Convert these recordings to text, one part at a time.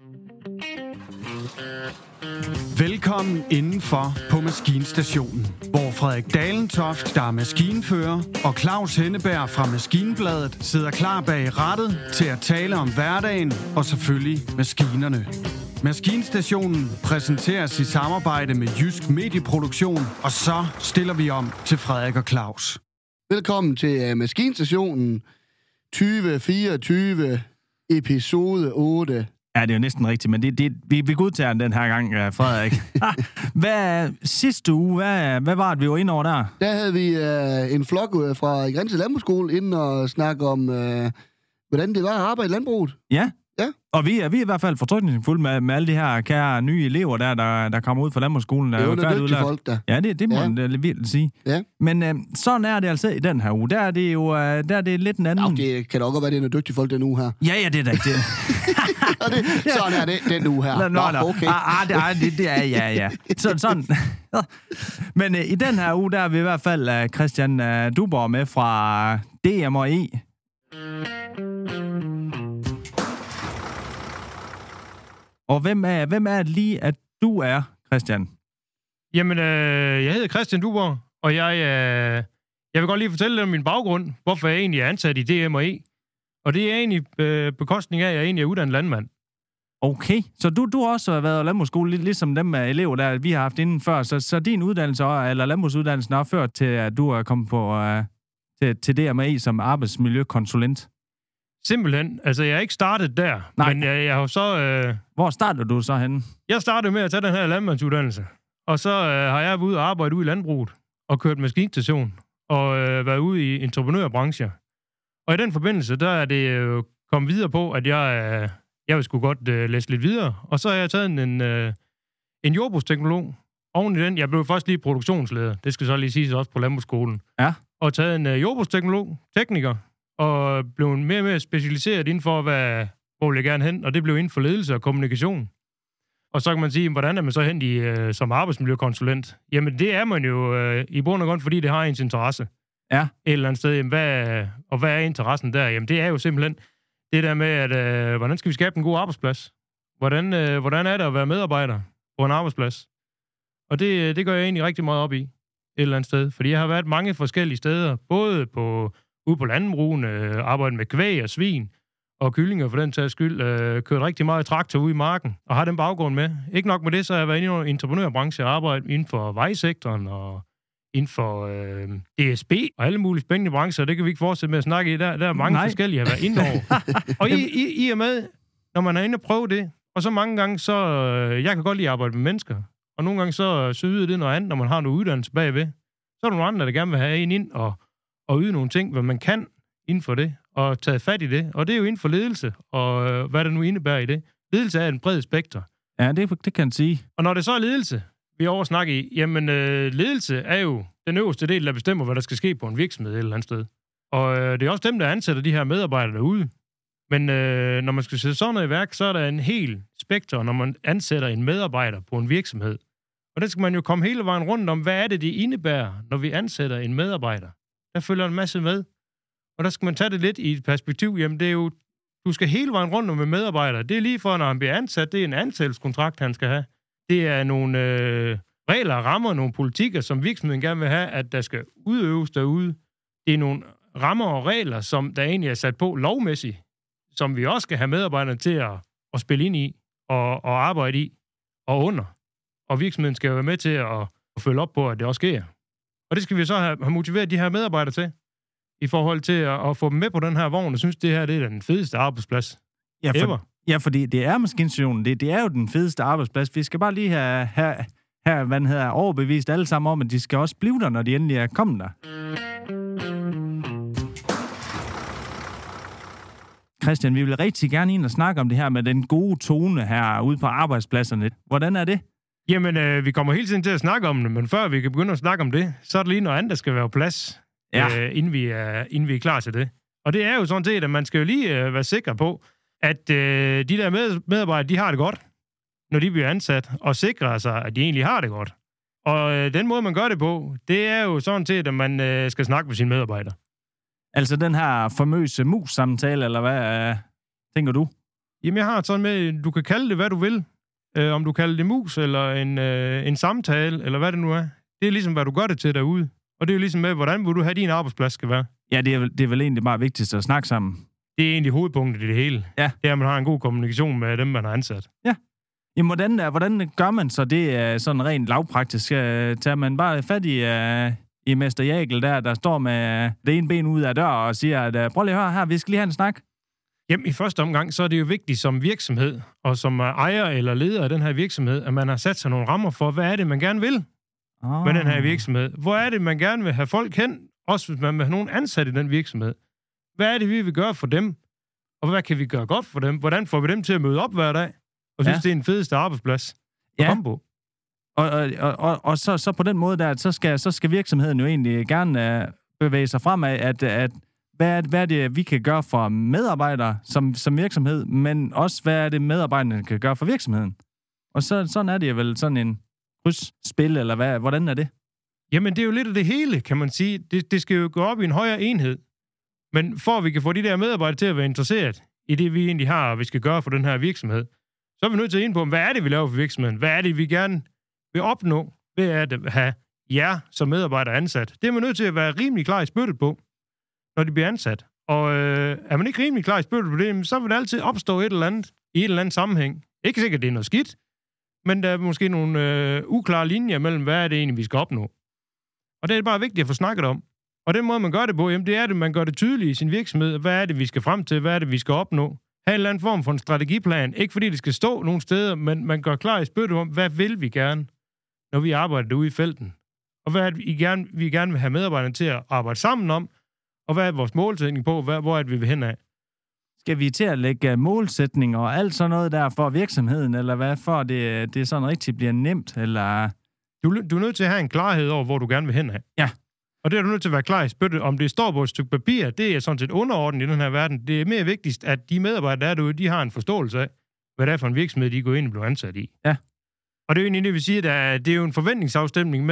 Velkommen indenfor på Maskinstationen, hvor Frederik Dalentoft, der er maskinfører, og Claus Henneberg fra Maskinbladet sidder klar bag rattet til at tale om hverdagen og selvfølgelig maskinerne. Maskinstationen præsenteres i samarbejde med Jysk Medieproduktion, og så stiller vi om til Frederik og Claus. Velkommen til Maskinstationen 2024, episode 8. Ja, det er jo næsten rigtigt, men vi godtager den her gang, Frederik. Sidste uge, hvad var det, vi var inde over der? Der havde vi en flok fra Grindsted Landbrugsskole inden og snakke om, hvordan det var at arbejde i landbruget. Ja. Og vi er i hvert fald fortrykningsfulde med alle de her kære nye elever, der kommer ud fra landbrugsskolen. Det er jo dygtige folk, der. Ja, det må man virkelig sige. Ja. Men sådan er det altså i den her uge. Der er det jo lidt en anden... Ja, det kan da også godt være, det er noget dygtige folk den uge her. Ja, det er da ikke det. Sådan er det den uge her. Nå, okay. Det er, ja. Sådan. Men i den her uge, der er vi i hvert fald Christian Duborg med fra DME. Og hvem er det lige, at du er, Christian? Jamen, jeg hedder Christian Duborg, og jeg vil godt lige fortælle lidt om min baggrund, hvorfor jeg egentlig er ansat i DME. Og det er egentlig bekostning af, at jeg egentlig er uddannet landmand. Okay, så du har også været landbrugsskole, ligesom dem elever, der vi har haft inden før. Så din uddannelse, eller landbrugsuddannelsen, har ført til, at du er kommet på til DME som arbejdsmiljøkonsulent? Simpelthen. Altså, jeg er ikke startet der. Nej. Men jeg har jo så... Hvor startede du så henne? Jeg startede med at tage den her landmandsuddannelse. Og så har jeg været ude og arbejde ude i landbruget og kørt maskinstation og været ude i entreprenørbrancher. Og i den forbindelse, der er det kommet videre på, at jeg vil sgu godt læse lidt videre. Og så har jeg taget en jordbrugsteknolog oven i den. Jeg blev først lige produktionsleder. Det skal så lige siges også på landbrugsskolen. Ja. Og taget en jordbrugsteknolog, tekniker, og blev mere og mere specialiseret inden for, hvor vil jeg gerne hen, og det blev inden for ledelse og kommunikation. Og så kan man sige, hvordan er man så hen som arbejdsmiljøkonsulent? Jamen, det er man jo i bund og grund, fordi det har ens interesse. Ja. Et eller andet sted. Jamen, hvad er interessen der? Jamen, det er jo simpelthen det der med, at hvordan skal vi skabe en god arbejdsplads? Hvordan er det at være medarbejder på en arbejdsplads? Og det gør jeg egentlig rigtig meget op i et eller andet sted. Fordi jeg har været mange forskellige steder, både ude på landbrugene, arbejdet med kvæg og svin, og kyllinger for den sags skyld, kørt rigtig meget traktor ude i marken, og har den baggrund med. Ikke nok med det, så har jeg været inde i entreprenørbranche og arbejdet inden for vejsektoren, og inden for DSB, og alle mulige spændende brancher, det kan vi ikke fortsætte med at snakke i. Der er mange forskellige, jeg har været inde over. Og i og med, når man er inde og prøve det, og så mange gange, så jeg kan godt lide at arbejde med mennesker, og nogle gange så yder det noget andet, når man har noget uddannelse bagved. Så er der nogle andre, der gerne vil have en ind og yde nogle ting, hvad man kan inden for det, og tage fat i det. Og det er jo inden for ledelse, og hvad det nu indebærer i det. Ledelse er en bred spekter. Ja, det kan jeg sige. Og når det så er ledelse, vi oversnakker i, jamen ledelse er jo den øverste del, der bestemmer, hvad der skal ske på en virksomhed et eller andet sted. Og det er også dem, der ansætter de her medarbejdere derude. Men når man skal sætte sådan noget i værk, så er der en hel spekter, når man ansætter en medarbejder på en virksomhed. Og der skal man jo komme hele vejen rundt om, hvad er det indebærer, når vi ansætter en medarbejder. Der følger en masse med. Og der skal man tage det lidt i et perspektiv. Jamen, det er jo... Du skal hele vejen rundt om med medarbejdere. Det er lige for, når han bliver ansat. Det er en ansættelseskontrakt, han skal have. Det er nogle regler og rammer, nogle politikker, som virksomheden gerne vil have, at der skal udøves derude. Det er nogle rammer og regler, som der egentlig er sat på lovmæssigt, som vi også skal have medarbejderne til at spille ind i og arbejde i og under. Og virksomheden skal jo være med til at følge op på, at det også sker. Og det skal vi så have motiveret de her medarbejdere til, i forhold til at få dem med på den her vogn, og synes, det her det er den fedeste arbejdsplads ever. Ja, fordi det er maskinstationen. Det er jo den fedeste arbejdsplads. Vi skal bare lige have overbevist alle sammen om, at de skal også blive der, når de endelig er kommet der. Christian, vi vil rigtig gerne ind og snakke om det her med den gode tone her ude på arbejdspladserne. Hvordan er det? Jamen, vi kommer hele tiden til at snakke om det, men før vi kan begynde at snakke om det, så er der lige noget andet, der skal være på plads, inden vi er klar til det. Og det er jo sådan set, at man skal jo lige være sikker på, at de der medarbejdere, de har det godt, når de bliver ansat, og sikrer sig, at de egentlig har det godt. Og den måde, man gør det på, det er jo sådan set, at man skal snakke med sine medarbejdere. Altså den her famøse mus-samtale, eller hvad tænker du? Jamen, jeg har sådan med, du kan kalde det, hvad du vil. Om du kalder det mus, eller en samtale, eller hvad det nu er. Det er ligesom, hvad du gør det til derude. Og det er jo ligesom med, hvordan vil du have din arbejdsplads skal være. Ja, det er vel egentlig bare vigtigst at snakke sammen. Det er egentlig hovedpunktet i det hele. Ja. Det er, at man har en god kommunikation med dem, man har ansat. Ja. Jamen, hvordan gør man så det sådan rent lavpraktisk? Tager man bare fat i Mester Jægel, der står med det ene ben ud af døren og siger, at prøv lige at høre her, vi skal lige have en snak. Jamen, i første omgang, så er det jo vigtigt som virksomhed, og som ejer eller leder af den her virksomhed, at man har sat sig nogle rammer for, hvad er det, man gerne vil med den her virksomhed? Hvor er det, man gerne vil have folk hen? Også hvis man vil have nogen ansat i den virksomhed. Hvad er det, vi vil gøre for dem? Og hvad kan vi gøre godt for dem? Hvordan får vi dem til at møde op hver dag? Og synes, det er den fedeste arbejdsplads at komme på. Og så på den måde der, så skal virksomheden jo egentlig gerne bevæge sig fremad, at hvad er det, vi kan gøre for medarbejdere som virksomhed, men også hvad er det, medarbejderne kan gøre for virksomheden. Og sådan er det vel sådan en krydsspil, eller hvordan er det? Jamen, det er jo lidt af det hele, kan man sige. Det skal jo gå op i en højere enhed. Men for at vi kan få de der medarbejdere til at være interesseret i det, vi egentlig har, og vi skal gøre for den her virksomhed, så er vi nødt til at ind på, hvad er det, vi laver for virksomheden? Hvad er det, vi gerne vil opnå ved at have jer som medarbejdere ansat? Det er man nødt til at være rimelig klar i spyttet på, når de bliver ansat. Og er man ikke rimelig klar i spyttet på det, så vil det altid opstå et eller andet i et eller andet sammenhæng. Ikke sikkert, det er noget skidt, men der er måske nogle uklare linjer mellem, hvad er det egentlig, vi skal opnå. Og det er bare vigtigt at få snakket om. Og den måde, man gør det på, jamen, det er det, man gør det tydeligt i sin virksomhed. Hvad er det, vi skal frem til? Hvad er det, vi skal opnå? Have en eller anden form for en strategiplan. Ikke fordi det skal stå nogle steder, men man gør klar i spyttet om, hvad vil vi gerne, når vi arbejder derude i felten? Og hvad er det, vi gerne vil have medarbejderne til at arbejde sammen om? Og hvad er vores målsætning på? Hvor er det, vi vil hen af? Skal vi til at lægge målsætninger og alt sådan noget der for virksomheden, eller hvad? For det sådan rigtig bliver nemt, eller... Du er nødt til at have en klarhed over, hvor du gerne vil hen af. Ja. Og det er du nødt til at være klar i spyttet. Om det står på et stykke papir, det er sådan set underordnet i den her verden. Det er mere vigtigst, at de medarbejdere, der er derude, de har en forståelse af, hvad det er for en virksomhed, de går ind og bliver ansat i. Ja. Og det er jo egentlig det, vi siger, at det er jo en forventningsafstemning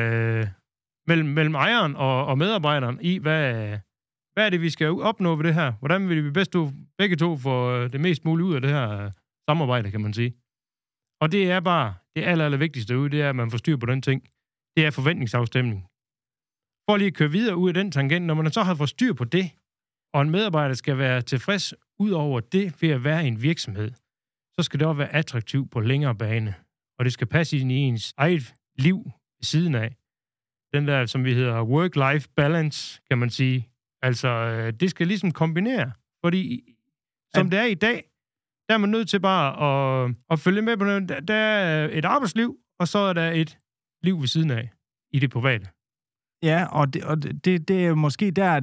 mellem ejeren og medarbejderen i, hvad er det, vi skal opnå ved det her? Hvordan vil vi bedst begge to få det mest muligt ud af det her samarbejde, kan man sige. Og det er bare det aller vigtigste derude, det er, at man får styr på den ting. Det er forventningsafstemning. For lige at køre videre ud af den tangent, når man så har fået styr på det, og en medarbejder skal være tilfreds ud over det ved at være i en virksomhed, så skal det også være attraktivt på længere bane. Og det skal passe ind i ens eget liv ved siden af. Den der, som vi hedder work-life balance, kan man sige. Altså, det skal ligesom kombinere. Fordi, som det er i dag, der er man nødt til bare at følge med på noget. Der er et arbejdsliv, og så er der et liv ved siden af i det private. Ja, og det er måske der,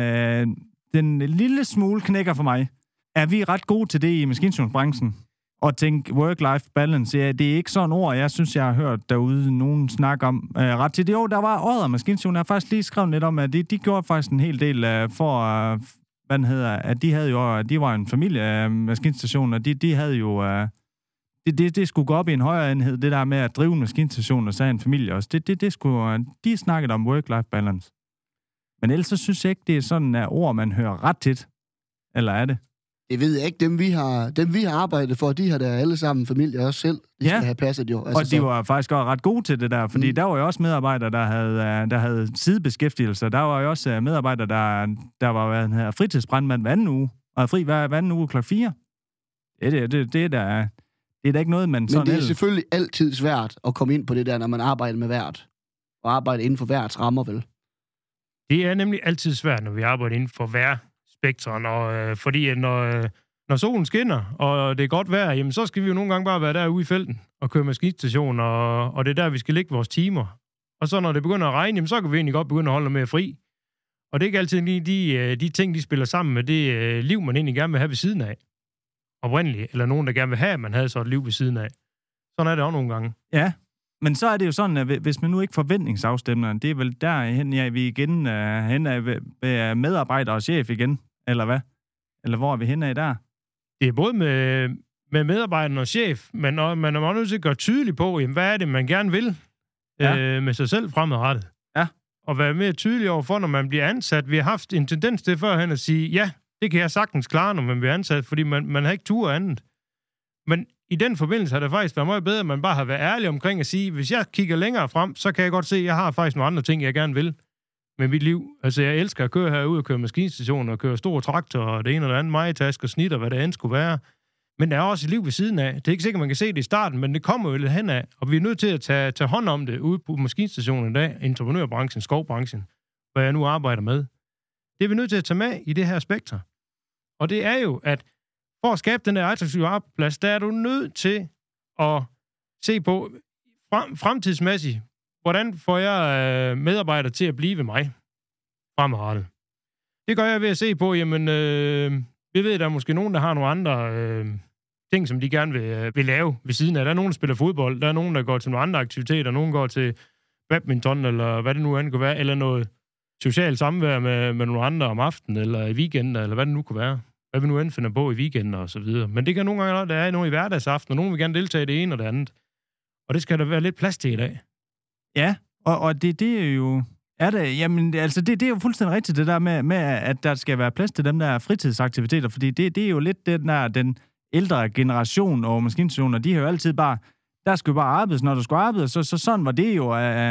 den lille smule knækker for mig. Er vi ret gode til det i maskinstationsbranchen? Og tænke work-life balance, ja, det er ikke sådan ord, jeg synes, jeg har hørt derude nogen snakke om ret til det. Jo, der var Odder Maskinstation, jeg har faktisk lige skrevet lidt om, at de gjorde faktisk en hel del for, at de var en familie af maskinstationer, de havde jo... Det skulle gå op i en højere enhed, det der med at drive en maskinstation og så en familie også. Det skulle, de snakkede om work-life balance. Men ellers så synes jeg ikke, det er sådan et ord, man hører ret tit. Eller er det? Det ved jeg ikke. Dem vi har arbejdet for, de har da alle sammen familie også selv. De skal have passet jo. Altså, og de var faktisk også ret gode til det der, fordi der var jo også medarbejdere, der havde sidebeskæftigelser. Der var jo også medarbejdere, der var fritidsbrandmand hver anden uge, og fri hver anden uge 4:00. Det er da ikke noget, man sådan... Men det er selvfølgelig altid svært at komme ind på det der, når man arbejder med vært. Og arbejder inden for værts rammer, vel? Det er nemlig altid svært, når vi arbejder inden for vejrspektren, og fordi når solen skinner, og det er godt vejr, jamen så skal vi jo nogle gange bare være derude i felten og køre maskinstation, og det er der, vi skal lægge vores timer. Og så når det begynder at regne, jamen, så kan vi egentlig godt begynde at holde noget mere fri. Og det er ikke altid lige de ting, de spiller sammen med det liv, man egentlig gerne vil have ved siden af. Oprindeligt, eller nogen, der gerne vil have, at man havde så et liv ved siden af. Sådan er det også nogle gange. Ja, men så er det jo sådan, at hvis man nu ikke forventningsafstemmer, det er vel derhen, ja, vi igen hen af medarbejder og chef igen, eller hvad? Eller hvor er vi hen af der? Det er både med medarbejderen og chef, men man er også nødt til at gøre tydeligt på, jamen, hvad er det, man gerne vil med sig selv fremadrettet. Ja. Og være mere tydelig overfor, når man bliver ansat. Vi har haft en tendens til førhen at sige, ja, Det kan jeg sagtens klare, når man bliver ansat, fordi man har ikke tur andet. Men i den forbindelse har det faktisk været meget bedre, at man bare har været ærlig omkring at sige, hvis jeg kigger længere frem, så kan jeg godt se, at jeg har faktisk nogle andre ting, jeg gerne vil med mit liv. Altså, jeg elsker at køre herude og køre maskinstationer og køre store traktorer og det ene eller andet majtask og snit og hvad det end skulle være. Men der er også et liv ved siden af. Det er ikke sikkert, man kan se det i starten, men det kommer jo lidt hen af. Og vi er nødt til at tage hånd om det ude på maskinstationen i dag, entreprenørbranchen, skovbranchen, hvad jeg nu arbejder med. Det er vi nødt til at tage med i det her spektrum. Og det er jo, at for at skabe den der attraktive arbejdsplads, der er du nødt til at se på fremtidsmæssigt, hvordan får jeg medarbejdere til at blive ved mig fremadrettet. Det gør jeg ved at se på, jamen, vi ved, at der er måske nogen, der har nogle andre ting, som de gerne vil lave ved siden af. Der er nogen, der spiller fodbold, der er nogen, der går til nogle andre aktiviteter, nogen går til badminton, eller hvad det nu end kunne være, eller noget socialt samvær med nogle andre om aftenen, eller i weekenden, eller hvad det nu kunne være. Hvad vi nu end finder på i weekenden og så videre. Men det kan nogle gange, der er noget i hverdagsaften, og nogen vil gerne deltage i det ene og det andet. Og det skal der være lidt plads til i dag. Ja, og det er jo... Jamen, altså, det er jo fuldstændig rigtigt, det der med, at der skal være plads til dem der fritidsaktiviteter, fordi det er jo lidt den ældre generation og maskinstationer, de har jo altid bare, der skal jo bare arbejdes, når du skal arbejde, så sådan var det jo.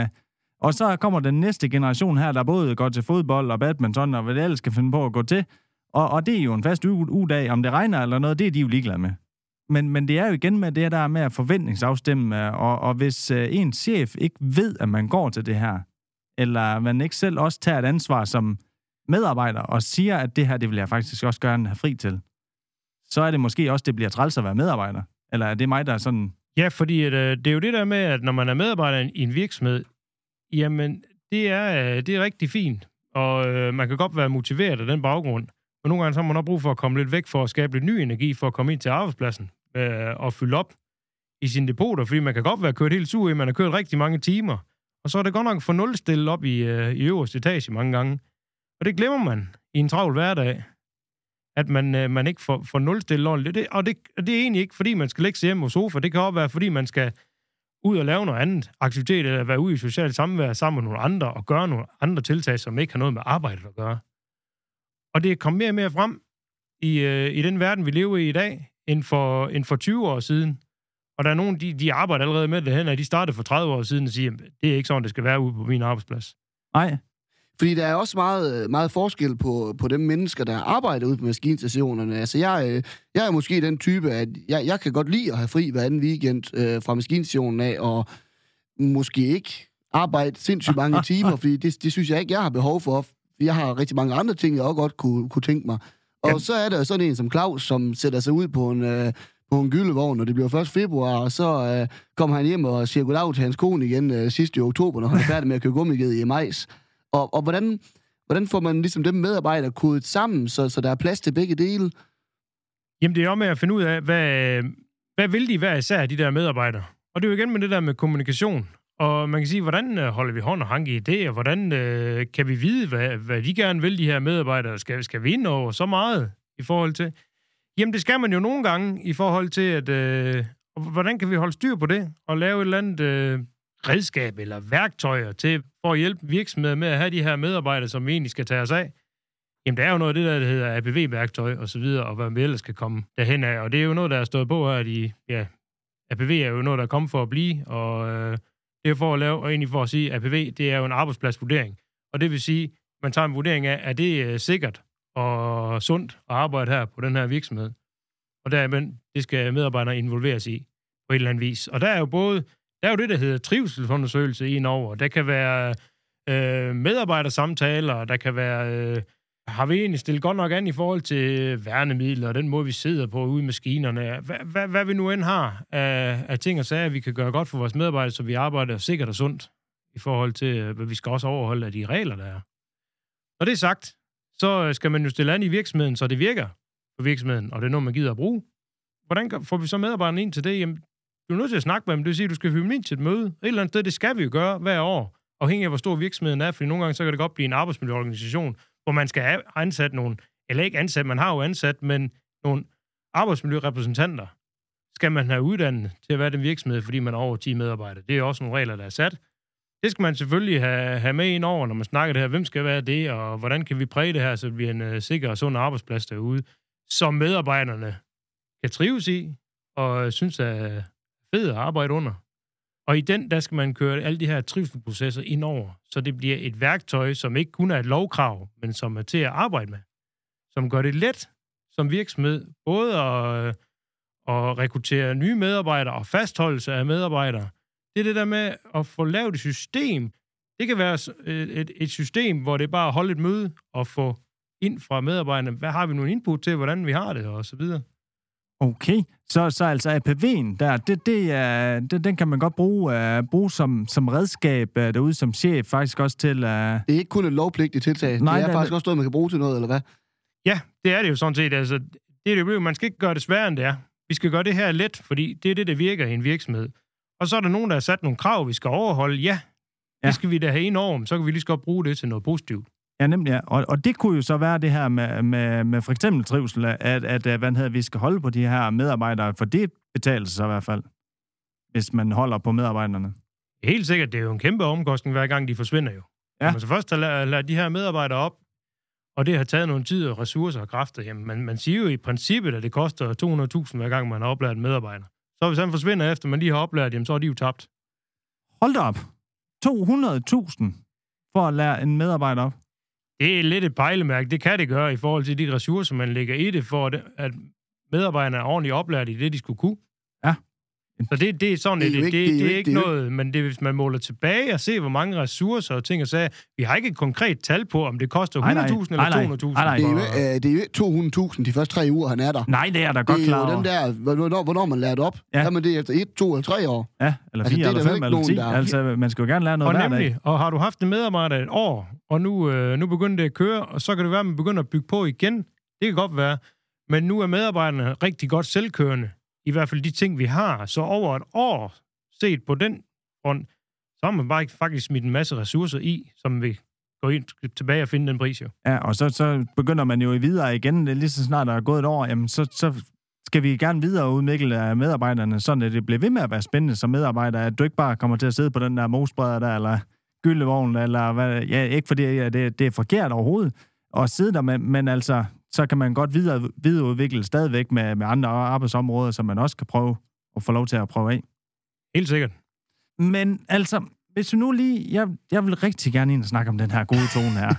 Og så kommer den næste generation her, der både går til fodbold og badminton, og hvad det ellers skal finde på at gå til. Og det er jo en fast ugedag, om det regner eller noget, det er de jo ligeglade med. Men det er jo igen med det der med at forventningsafstemme, og hvis en chef ikke ved, at man går til det her, eller man ikke selv også tager et ansvar som medarbejder, og siger, at det her, det vil jeg faktisk også gerne have fri til, så er det måske også, det bliver træls at være medarbejder. Eller er det mig, der er sådan... Ja, fordi det er jo det der med, at når man er medarbejder i en virksomhed, jamen, det er rigtig fint, og man kan godt være motiveret af den baggrund. Men nogle gange så har man også brug for at komme lidt væk for at skabe lidt ny energi, for at komme ind til arbejdspladsen og fylde op i sine depoter, fordi man kan godt være kørt helt sur i, man har kørt rigtig mange timer, og så er det godt nok for nul stillet op i øverste etage mange gange. Og det glemmer man i en travl hverdag, at man ikke får nul stillet ordentligt. Og det er egentlig ikke, fordi man skal lægge sig hjemme på sofa. Det kan også være, fordi man skal ud og lave noget andet aktivitet, eller være ude i socialt samvær sammen med nogle andre, og gøre nogle andre tiltag, som ikke har noget med arbejdet at gøre. Og det er kommet mere og mere frem i den verden, vi lever i dag, end for 20 år siden. Og der er nogen, de arbejder allerede med det hen, og de startede for 30 år siden og siger, det er ikke sådan, det skal være ude på min arbejdsplads. Nej. Fordi der er også meget, meget forskel på de mennesker, der arbejder ude på maskinstationerne. Altså, jeg er måske den type, at jeg kan godt lide at have fri hver anden weekend fra maskinstationen af, og måske ikke arbejde sindssygt mange timer, fordi det synes jeg ikke, jeg har behov for. Jeg har rigtig mange andre ting, jeg også godt kunne tænke mig. Og så er der sådan en som Claus, som sætter sig ud på en gyldevogn, og det bliver 1. februar, og så kommer han hjem og siger goddag til hans kone igen sidst i oktober, når han er færdig med at købe gummiged i majs. Og hvordan får man ligesom dem medarbejdere kodet sammen, så der er plads til begge dele? Jamen, det er jo med at finde ud af, hvad vil de hver især, de der medarbejdere? Og det er jo igen med det der med kommunikation. Og man kan sige, hvordan holder vi hånd og hanke i det, og hvordan kan vi vide, hvad de gerne vil, de her medarbejdere? Skal vi ind over så meget i forhold til? Jamen, det skal man jo nogle gange i forhold til, at hvordan kan vi holde styr på det, og lave et eller andet redskab eller værktøjer til for at hjælpe virksomheder med at have de her medarbejdere, som vi egentlig skal tage os af. Jamen, der er jo noget af det, der hedder APV-værktøj og så videre, og hvad vi ellers skal komme derhen af. Og det er jo noget, der er stået på her, APV er jo noget, der er kommet for at blive, og det er for at lave, og egentlig for at sige, at APV, det er jo en arbejdspladsvurdering. Og det vil sige, man tager en vurdering af, er det sikkert og sundt at arbejde her på den her virksomhed. Og dermed, det skal medarbejdere involveres i på et eller andet vis. Og der er jo det, der hedder trivselsundersøgelse indover. Der kan være medarbejdersamtaler, der kan være... har vi egentlig stillet godt nok an i forhold til værnemidler, og den måde, vi sidder på ude i maskinerne? Hvad vi nu end har af ting og sager, vi kan gøre godt for vores medarbejdere, så vi arbejder sikkert og sundt i forhold til, hvad vi skal også overholde af de regler, der er. Når det er sagt, så skal man jo stille an i virksomheden, så det virker for virksomheden, og det er noget, man gider at bruge. Hvordan får vi så medarbejderne ind til det? Jamen, du er nødt til at snakke med dem. Det vil sige, at du skal hyre dem ind til et møde. Et eller andet sted, det skal vi jo gøre hver år, afhængig af, hvor stor virksomheden er, fordi nogle gange så kan det godt blive en arbejdsmiljøorganisation, hvor man skal have ansat nogle, eller ikke ansat, man har jo ansat, men nogle arbejdsmiljørepræsentanter skal man have uddannet til at være den virksomhed, fordi man har over 10 medarbejdere. Det er også nogle regler, der er sat. Det skal man selvfølgelig have med ind over, når man snakker det her. Hvem skal være det, og hvordan kan vi præge det her, så det bliver en sikker og sund arbejdsplads derude, som medarbejderne kan trives i, og synes er fed at arbejde under. Og i den, der skal man køre alle de her trivselprocesser ind over, så det bliver et værktøj, som ikke kun er et lovkrav, men som er til at arbejde med. Som gør det let som virksomhed, både at rekruttere nye medarbejdere og fastholdelse af medarbejdere. Det er det der med at få lavet et system. Det kan være et system, hvor det er bare at holde et møde og få ind fra medarbejderne, hvad har vi nu input til, hvordan vi har det, og så videre. Okay, så altså APV'en der, den kan man godt bruge som redskab derude som chef, faktisk også til... Det er ikke kun et lovpligtigt tiltag, det er faktisk også noget, man kan bruge til noget, eller hvad? Ja, det er det jo sådan set. Altså, det er det jo, man skal ikke gøre det sværere, end det er. Vi skal gøre det her let, fordi det er det, der virker i en virksomhed. Og så er der nogen, der har sat nogle krav, vi skal overholde. Ja, det skal vi da have en over, så kan vi lige så godt bruge det til noget positivt. Ja, nemlig. Ja. Og det kunne jo så være det her med for eksempel trivsel, at vi skal holde på de her medarbejdere, for det betaler sig i hvert fald, hvis man holder på medarbejderne. Helt sikkert, det er jo en kæmpe omkostning, hver gang de forsvinder jo. Ja. Når man så først har ladet de her medarbejdere op, og det har taget nogle tid og ressourcer og kræfter, jamen man siger jo i princippet, at det koster 200.000 hver gang, man har oplært en medarbejder. Så hvis han forsvinder efter, man lige har oplært, jamen så er de jo tabt. Hold da op. 200.000 for at lære en medarbejder op? Det er lidt et pejlemærke. Det kan det gøre i forhold til de ressourcer, man lægger i det, for at medarbejderne er ordentligt oplært i det, de skulle kunne. Ja. Så det er sådan, det er ikke noget, men det, hvis man måler tilbage og ser, hvor mange ressourcer og ting og sager, vi har ikke et konkret tal på, om det koster 100.000 eller 200.000. Det er jo 200.000 de første 3 uger, han er der. Nej, det er da godt klar over. Det er jo den der, hvornår man lærer det op. Ja. Men det er efter 1, 2 eller 3 år. Ja, eller 4 eller 5 eller 10. Altså, man skal jo gerne lære noget hver dag. Og har du haft en medarbejder et år, og nu begynder det at køre, og så kan det være, at man begynder at bygge på igen. Det kan godt være. Men nu er medarbejderne rigtig godt selvkørende. I hvert fald de ting, vi har. Så over et år set på den front, så har man bare faktisk smidt en masse ressourcer i, som vi går ind tilbage og finde den pris jo. Ja, og så begynder man jo videre igen. Lige så snart der er gået et år, jamen så skal vi gerne videre udvikle medarbejderne, sådan at det bliver ved med at være spændende som medarbejder, at du ikke bare kommer til at sidde på den der mosbreder der, eller gyldevogn, eller hvad. Ja, ikke fordi det er forkert overhovedet at sidde der, men altså... så kan man godt videreudvikle stadigvæk med andre arbejdsområder, som man også kan prøve at få lov til at prøve af. Helt sikkert. Men altså, hvis vi nu lige... Jeg vil rigtig gerne ind og snakke om den her gode tone her.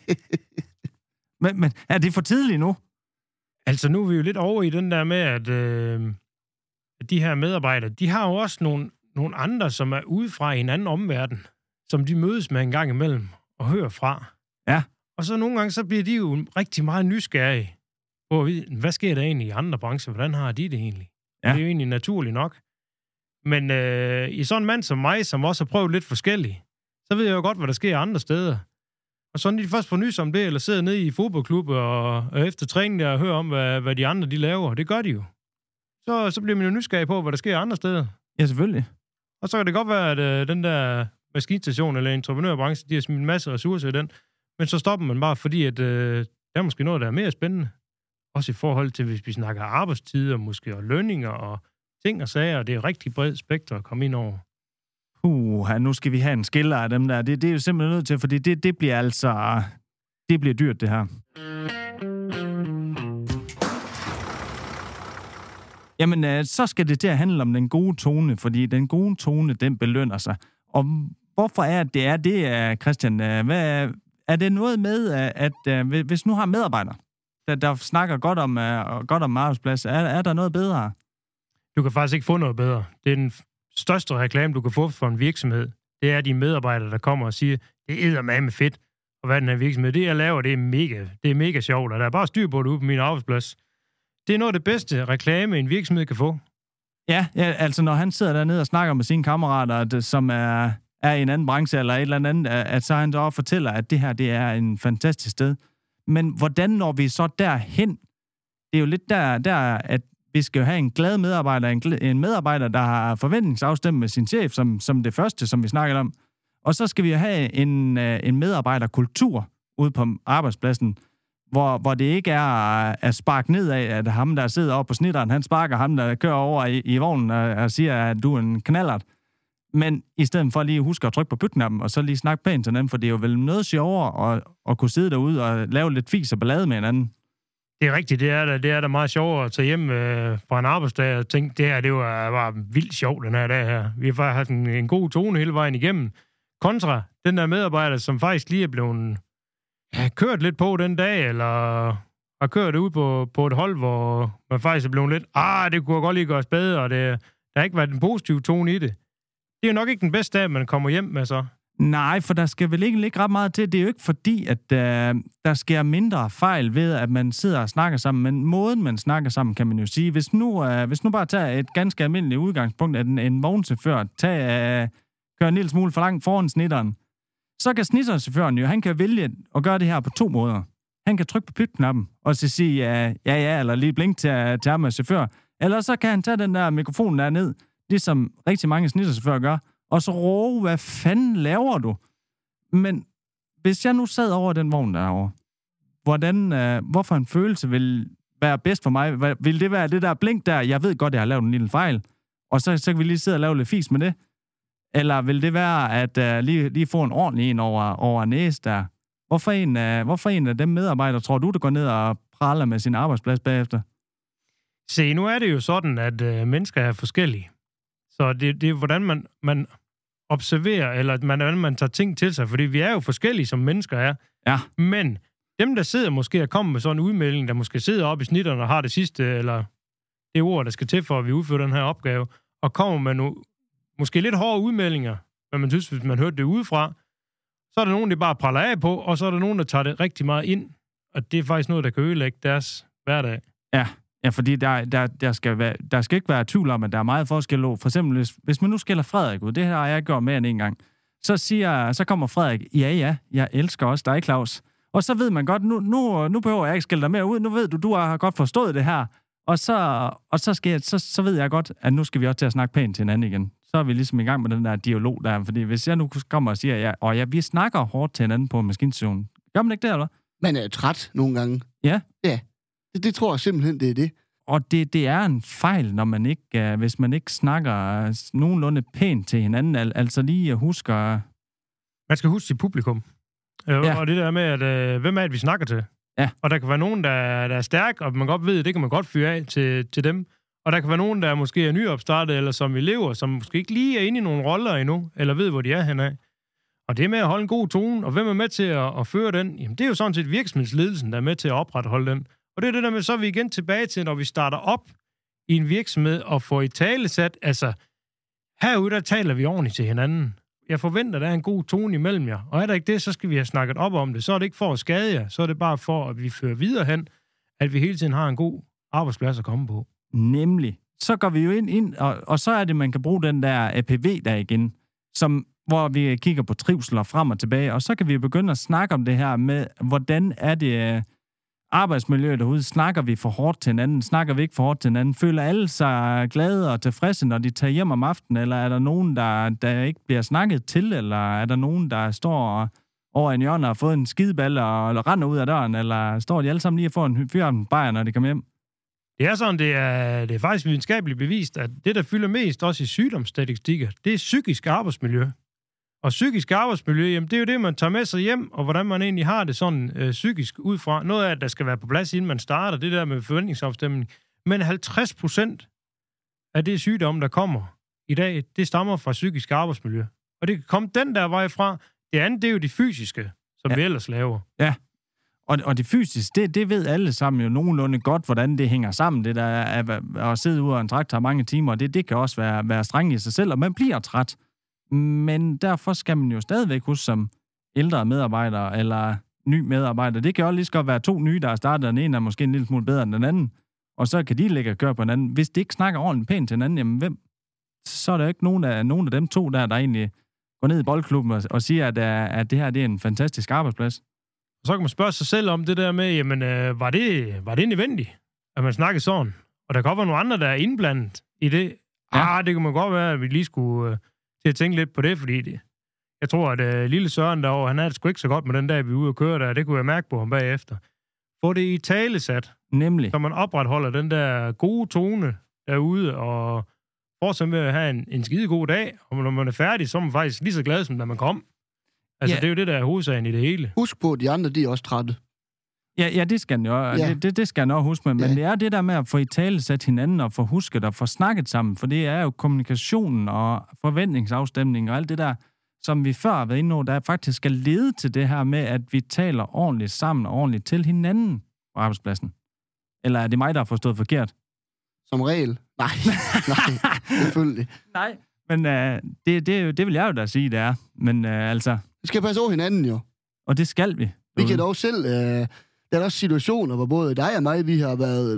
men er det for tidligt nu? Altså, nu er vi jo lidt over i den der med, at de her medarbejdere, de har jo også nogle andre, som er ude fra en anden omverden, som de mødes med en gang imellem og hører fra. Ja. Og så nogle gange, så bliver de jo rigtig meget nysgerrige på at vide, hvad sker der egentlig i andre brancher? Hvordan har de det egentlig? Ja. Det er jo egentlig naturligt nok. Men i sådan en mand som mig, som også har prøvet lidt forskelligt, så ved jeg jo godt, hvad der sker andre steder. Og så når de først får nys om det, eller sidder nede i fodboldklub og efter træning der og hører om, hvad de andre de laver, det gør de jo. Så bliver man jo nysgerrig på, hvad der sker andre steder. Ja, selvfølgelig. Og så kan det godt være, at den der maskinstation eller entreprenørbranche, de har smidt en masse ressourcer i den, men så stopper man bare, fordi at, der er måske noget, der er mere spændende. Også i forhold til, hvis vi snakker arbejdstider, måske og lønninger og ting og sager, og det er rigtig bredt spekter at komme ind over. Nu skal vi have en skiller af dem der. Det er jo simpelthen nødt til, fordi det bliver altså... Det bliver dyrt, det her. Jamen, så skal det til at handle om den gode tone, fordi den gode tone, den belønner sig. Og hvorfor er det, Christian? Er det noget med, at hvis nu har medarbejdere, der snakker godt om arbejdsplads, er der noget bedre? Du kan faktisk ikke få noget bedre. Det er den største reklame, du kan få for en virksomhed. Det er de medarbejdere, der kommer og siger, det er eddermame fedt, og hvad den her virksomhed, det jeg laver, det er mega sjovt, og der er bare styr på det ude på min arbejdsplads. Det er noget af det bedste reklame, en virksomhed kan få. Ja, altså når han sidder dernede og snakker med sine kammerater, som er i en anden branche eller et eller andet, at så han så også fortæller, at det her, det er en fantastisk sted. Men hvordan når vi så derhen? Det er jo lidt der at vi skal jo have en glad medarbejder, en medarbejder, der har forventningsafstemt med sin chef, som det første, som vi snakkede om. Og så skal vi jo have en medarbejderkultur ude på arbejdspladsen, hvor det ikke er at sparke ned af, at ham, der sidder oppe på snitteren, han sparker ham, der kører over i vognen og siger, at du er en knallert. Men i stedet for lige at huske at trykke på bytknappen, og så lige snakke pænt til hinanden, for det er jo vel noget sjovere at kunne sidde derude og lave lidt fis og ballade med hinanden. Det er rigtigt, det er da meget sjovere at tage hjem fra en arbejdsdag og tænke, det her, det var vildt sjovt den her dag her. Vi har faktisk haft en god tone hele vejen igennem. Kontra den der medarbejder, som faktisk lige er blevet kørt lidt på den dag, eller har kørt ud på et hold, hvor man faktisk er blevet lidt, det kunne godt lige gøres bedre, og der har ikke været en positiv tone i det. Det er jo nok ikke den bedste dag, man kommer hjem med så. Nej, for der skal vel ikke ligge ret meget til. Det er jo ikke fordi, at der sker mindre fejl ved, at man sidder og snakker sammen. Men måden, man snakker sammen, kan man jo sige. Hvis nu bare tager et ganske almindeligt udgangspunkt, at en vognchauffør kører en lille smule for langt foran snitteren, så kan snitterchaufføren jo, han kan vælge at gøre det her på 2 måder. Han kan trykke på pytknappen og så sige ja, eller lige blinke til ham med chauffør. Eller så kan han tage den der mikrofon der ned, ligesom rigtig mange snitterchauffører gør, og så råbe, hvad fanden laver du? Men hvis jeg nu sad over den vogn derovre, hvorfor en følelse vil være bedst for mig? Vil det være det der blink der? Jeg ved godt, jeg har lavet en lille fejl, og så kan vi lige sidde og lave lidt fis med det. Eller vil det være, at lige få en ordentlig en over næse der? Hvorfor en af dem medarbejdere, tror du, der går ned og praler med sin arbejdsplads bagefter? Se, nu er det jo sådan, at mennesker er forskellige. Så det er, hvordan man observerer, eller hvordan man tager ting til sig. Fordi vi er jo forskellige, som mennesker er. Ja. Men dem, der sidder måske og kommer med sådan en udmelding, der måske sidder oppe i snitterne og har det sidste, eller det ord, der skal til for, at vi udfører den her opgave, og kommer med nogle måske lidt hårde udmeldinger, hvad man synes, hvis man hørte det udefra, så er der nogen, der bare praller af på, og så er der nogen, der tager det rigtig meget ind. Og det er faktisk noget, der kan ødelægge deres hverdag. Ja, fordi der skal ikke være tvivl om, at der er meget forskel. For eksempel, hvis man nu skælder Frederik ud, det har jeg gjort mere end en gang, så kommer Frederik, ja, jeg elsker også dig, Claus. Og så ved man godt, nu behøver jeg ikke skælde dig mere ud, nu ved du har godt forstået det her, og så ved jeg godt, at nu skal vi også til at snakke pænt til hinanden igen. Så er vi ligesom i gang med den der dialog der, fordi hvis jeg nu kommer og siger, vi snakker hårdt til hinanden på maskinstationen. Gør man ikke det, eller? Man er træt nogle gange. Ja. Ja, det tror jeg simpelthen, det er det. Og det er en fejl, når man ikke, hvis man ikke snakker nogenlunde pænt til hinanden, altså lige husker... Man skal huske sit publikum. Ja. Og det der med, at hvem er det, vi snakker til? Ja. Og der kan være nogen, der er stærk, og man godt ved, det kan man godt fyre af til dem. Og der kan være nogen, der måske er nyopstartet, eller som elever, som måske ikke lige er inde i nogle roller endnu, eller ved, hvor de er henad. Og det med at holde en god tone, og hvem er med til at føre den, jamen det er jo sådan set virksomhedsledelsen, der er med til at opretholde den. Og det er det der med, så er vi igen tilbage til, når vi starter op i en virksomhed og får i tale sat, altså herude, der taler vi ordentligt til hinanden. Jeg forventer, der er en god tone imellem jer. Og er der ikke det, så skal vi have snakket op om det. Så er det ikke for at skade jer, så er det bare for, at vi fører videre hen, at vi hele tiden har en god arbejdsplads at komme på. Nemlig. Så går vi jo ind og så er det, man kan bruge den der APV der igen, hvor vi kigger på trivsel og frem og tilbage, og så kan vi begynde at snakke om det her med, hvordan er det arbejdsmiljøet derude? Snakker vi for hårdt til hinanden? Snakker vi ikke for hårdt til hinanden? Føler alle sig glade og tilfredse, når de tager hjem om aftenen? Eller er der nogen, der ikke bliver snakket til? Eller er der nogen, der står over en hjørne og har fået en skideball og render ud af døren? Eller står de alle sammen lige og får en fyr bajer, når de kommer hjem? Det er sådan, det er faktisk videnskabeligt bevist, at det, der fylder mest også i sygdomsstatistikker, det er psykisk arbejdsmiljø. Og psykisk arbejdsmiljø, jamen det er jo det, man tager med sig hjem, og hvordan man egentlig har det sådan psykisk ud fra. Noget af, at der skal være på plads, inden man starter, det der med forventningsafstemning. Men 50% af det sygdom, der kommer i dag, det stammer fra psykisk arbejdsmiljø. Og det kan komme den der vej fra. Det andet, det er jo det fysiske, som vi ellers laver. Ja. Og det fysiske, det ved alle sammen jo nogenlunde godt, hvordan det hænger sammen. Det der er at sidde ude af en traktor mange timer, det kan også være strengt i sig selv, og man bliver træt. Men derfor skal man jo stadigvæk huske som ældre medarbejder eller ny medarbejder. Det kan jo lige så godt være 2 nye, der er startet, og den ene er måske en lille smule bedre end den anden. Og så kan de ligge og køre på hinanden. Hvis de ikke snakker ordentligt pænt til hinanden, jamen så er der ikke nogen af dem 2, der egentlig går ned i boldklubben og siger, at det her det er en fantastisk arbejdsplads. Og så kan man spørge sig selv om det der med, jamen, var det nødvendigt, at man snakker sådan? Og der kan godt være nogle andre, der er indblandet i det. Ja. Det kan man godt være, at vi lige skulle til at tænke lidt på det, fordi jeg tror, at lille Søren derovre, han er det sgu ikke så godt med den dag, vi er ude og køre der. Det kunne jeg mærke på ham bagefter. Få det i talesat. Nemlig. Så man opretholder den der gode tone derude, og fortsætte med at have en skide god dag, og når man er færdig, så er man faktisk lige så glad, som da man kom. Altså, det er jo det, der er hovedsagen i det hele. Husk på, at de andre, de er også trætte. Ja, det skal han jo. Ja. Det skal han også huske, men det er det der med at få i tale sat hinanden og få husket og få snakket sammen, for det er jo kommunikationen og forventningsafstemning og alt det der, som vi før har været inde over, der faktisk skal lede til det her med, at vi taler ordentligt sammen og ordentligt til hinanden på arbejdspladsen. Eller er det mig, der har forstået forkert? Som regel. Nej, selvfølgelig. Nej, men det vil jeg jo da sige, det er. Men altså... Vi skal passe over hinanden, jo. Og det skal vi. Vi kan dog selv... der er også situationer, hvor både dig og mig, vi har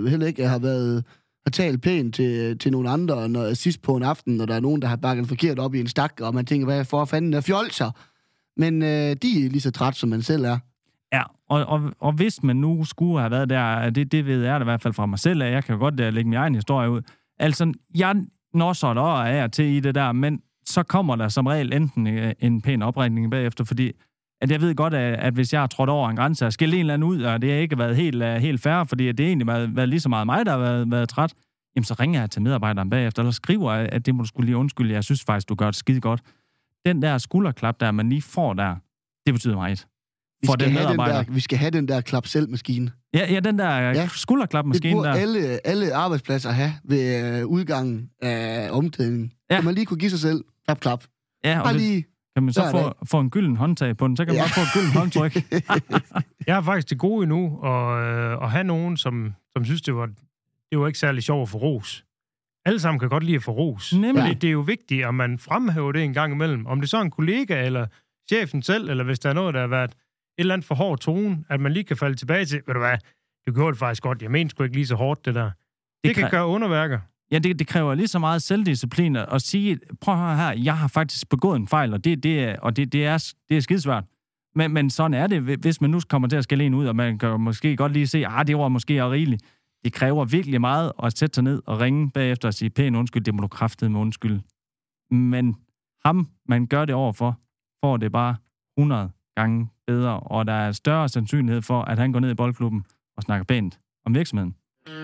talt pænt til nogle andre, når sidst på en aften, når der er nogen, der har bakket forkert op i en stak, og man tænker, hvad for fanden er fjolser? Men de er lige så træt, som man selv er. Ja, og hvis man nu skulle have været der, det ved jeg da i hvert fald fra mig selv, at jeg kan godt lægge min egen historie ud. Altså, jeg når så der er til i det der, men så kommer der som regel enten en pæn opregning bagefter, fordi at jeg ved godt, at hvis jeg har trådt over en grænse og skældt en eller anden ud, og det har ikke været helt fair, fordi det egentlig været lige så meget mig, der har været træt, jamen så ringer jeg til medarbejderen bagefter, eller skriver, at det må du skulle lige undskylde, jeg synes faktisk, du gør det skide godt. Den der skulderklap, der man lige får der, det betyder meget. Vi skal have den der klap selv-maskine. Ja, den der skulderklapmaskine der. Det burde alle arbejdspladser have ved udgangen af omklædningen. Ja. Så man lige kunne give sig selv klap. Ja, og kan man så få en gylden håndtag på den, så kan man også få et gylden håndtryk. Jeg har faktisk til gode endnu at have nogen, som synes, det var ikke særlig sjovt at få ros. Alle sammen kan godt lide at få ros. Nemlig. Det er jo vigtigt, at man fremhæver det en gang imellem. Om det så er en kollega, eller chefen selv, eller hvis der er noget, der har været et eller andet for hård tone, at man lige kan falde tilbage til, ved du hvad, du gjorde det faktisk godt. Jeg mener sgu ikke lige så hårdt, det der. Det kan gøre underværker. Ja, det kræver lige så meget selvdisciplin at sige, prøv at høre her, jeg har faktisk begået en fejl, og det er skidesvært. Men sådan er det, hvis man nu kommer til at skælde en ud, og man kan måske godt lige se, det var måske rigeligt. Det kræver virkelig meget at sætte sig ned og ringe bagefter og sige, pæn undskyld, det må du kraftedeme undskylde. Men ham, man gør det overfor, får det bare 100 gange bedre, og der er større sandsynlighed for, at han går ned i boldklubben og snakker pænt om virksomheden.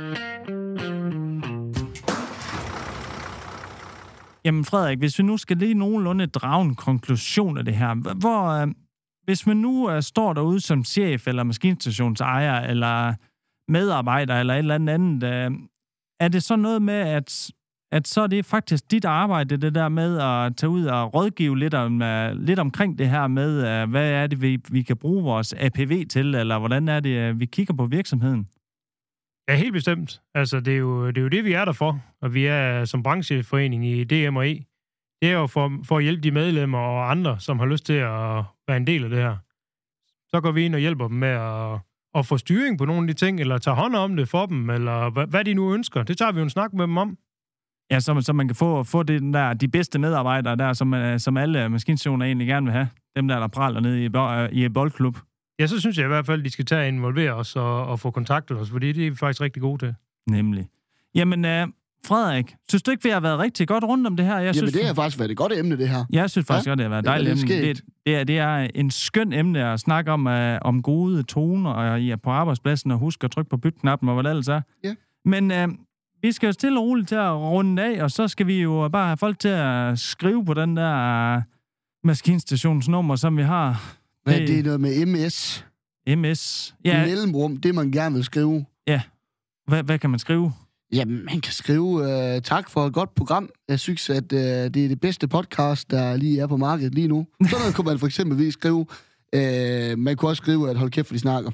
Jamen Frederik, hvis vi nu skal lige nogenlunde drage en konklusion af det her, hvis man nu står derude som chef, eller maskinstationsejer, eller medarbejder, eller et eller andet, er det så noget med, at så er det faktisk dit arbejde, det der med at tage ud og rådgive lidt omkring det her med, hvad er det, vi kan bruge vores APV til, eller hvordan er det, vi kigger på virksomheden? Ja, helt bestemt. Altså, det er jo det, vi er der for, og vi er som brancheforening i DM&E. Det er jo for at hjælpe de medlemmer og andre, som har lyst til at være en del af det her. Så går vi ind og hjælper dem med at få styring på nogle af de ting, eller tage hånd om det for dem, eller hvad de nu ønsker. Det tager vi jo en snak med dem om. Ja, så man kan få de bedste medarbejdere der, som alle maskinstationer egentlig gerne vil have. Dem der praler nede i boldklub. Ja, så synes jeg i hvert fald, at de skal tage og involvere os og få kontaktet os, fordi det er vi faktisk rigtig gode til. Nemlig. Jamen, Frederik, synes du ikke, vi har været rigtig godt rundt om det her? Det har faktisk været et godt emne, det her. Jeg synes faktisk godt, det har været dejligt emne. Det er en skøn emne at snakke om gode toner og på arbejdspladsen, og huske at trykke på bytknappen og hvad det ellers er. Ja. Men vi skal jo stille og roligt til at runde af, og så skal vi jo bare have folk til at skrive på den der maskinstationsnummer, som vi har. Det er noget med MS. MS. Ja. I mellemrum, det man gerne vil skrive. Ja. Hvad kan man skrive? Jamen, man kan skrive tak for et godt program. Jeg synes, at det er det bedste podcast, der lige er på markedet lige nu. Sådan noget kunne man for eksempelvis skrive. Man kunne også skrive, at hold kæft, for de snakker.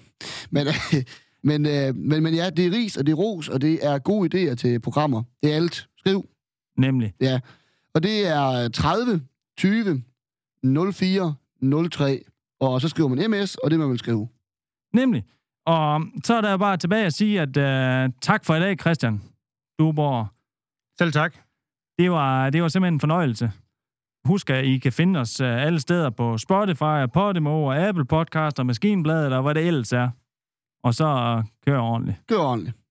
Men ja, det er ris, og det er ros, og det er gode idéer til programmer. Det er alt. Skriv. Nemlig. Ja. Og det er 30 20 04 03. Og så skriver man MS, og det man vil skrive. Nemlig. Og så er der bare tilbage at sige, at tak for i dag, Christian Duborg. Selv tak. Det var simpelthen en fornøjelse. Husk, at I kan finde os alle steder på Spotify, Podimo og Apple Podcast og Maskinbladet og hvad det ellers er. Og så kør ordentligt. Kør ordentligt.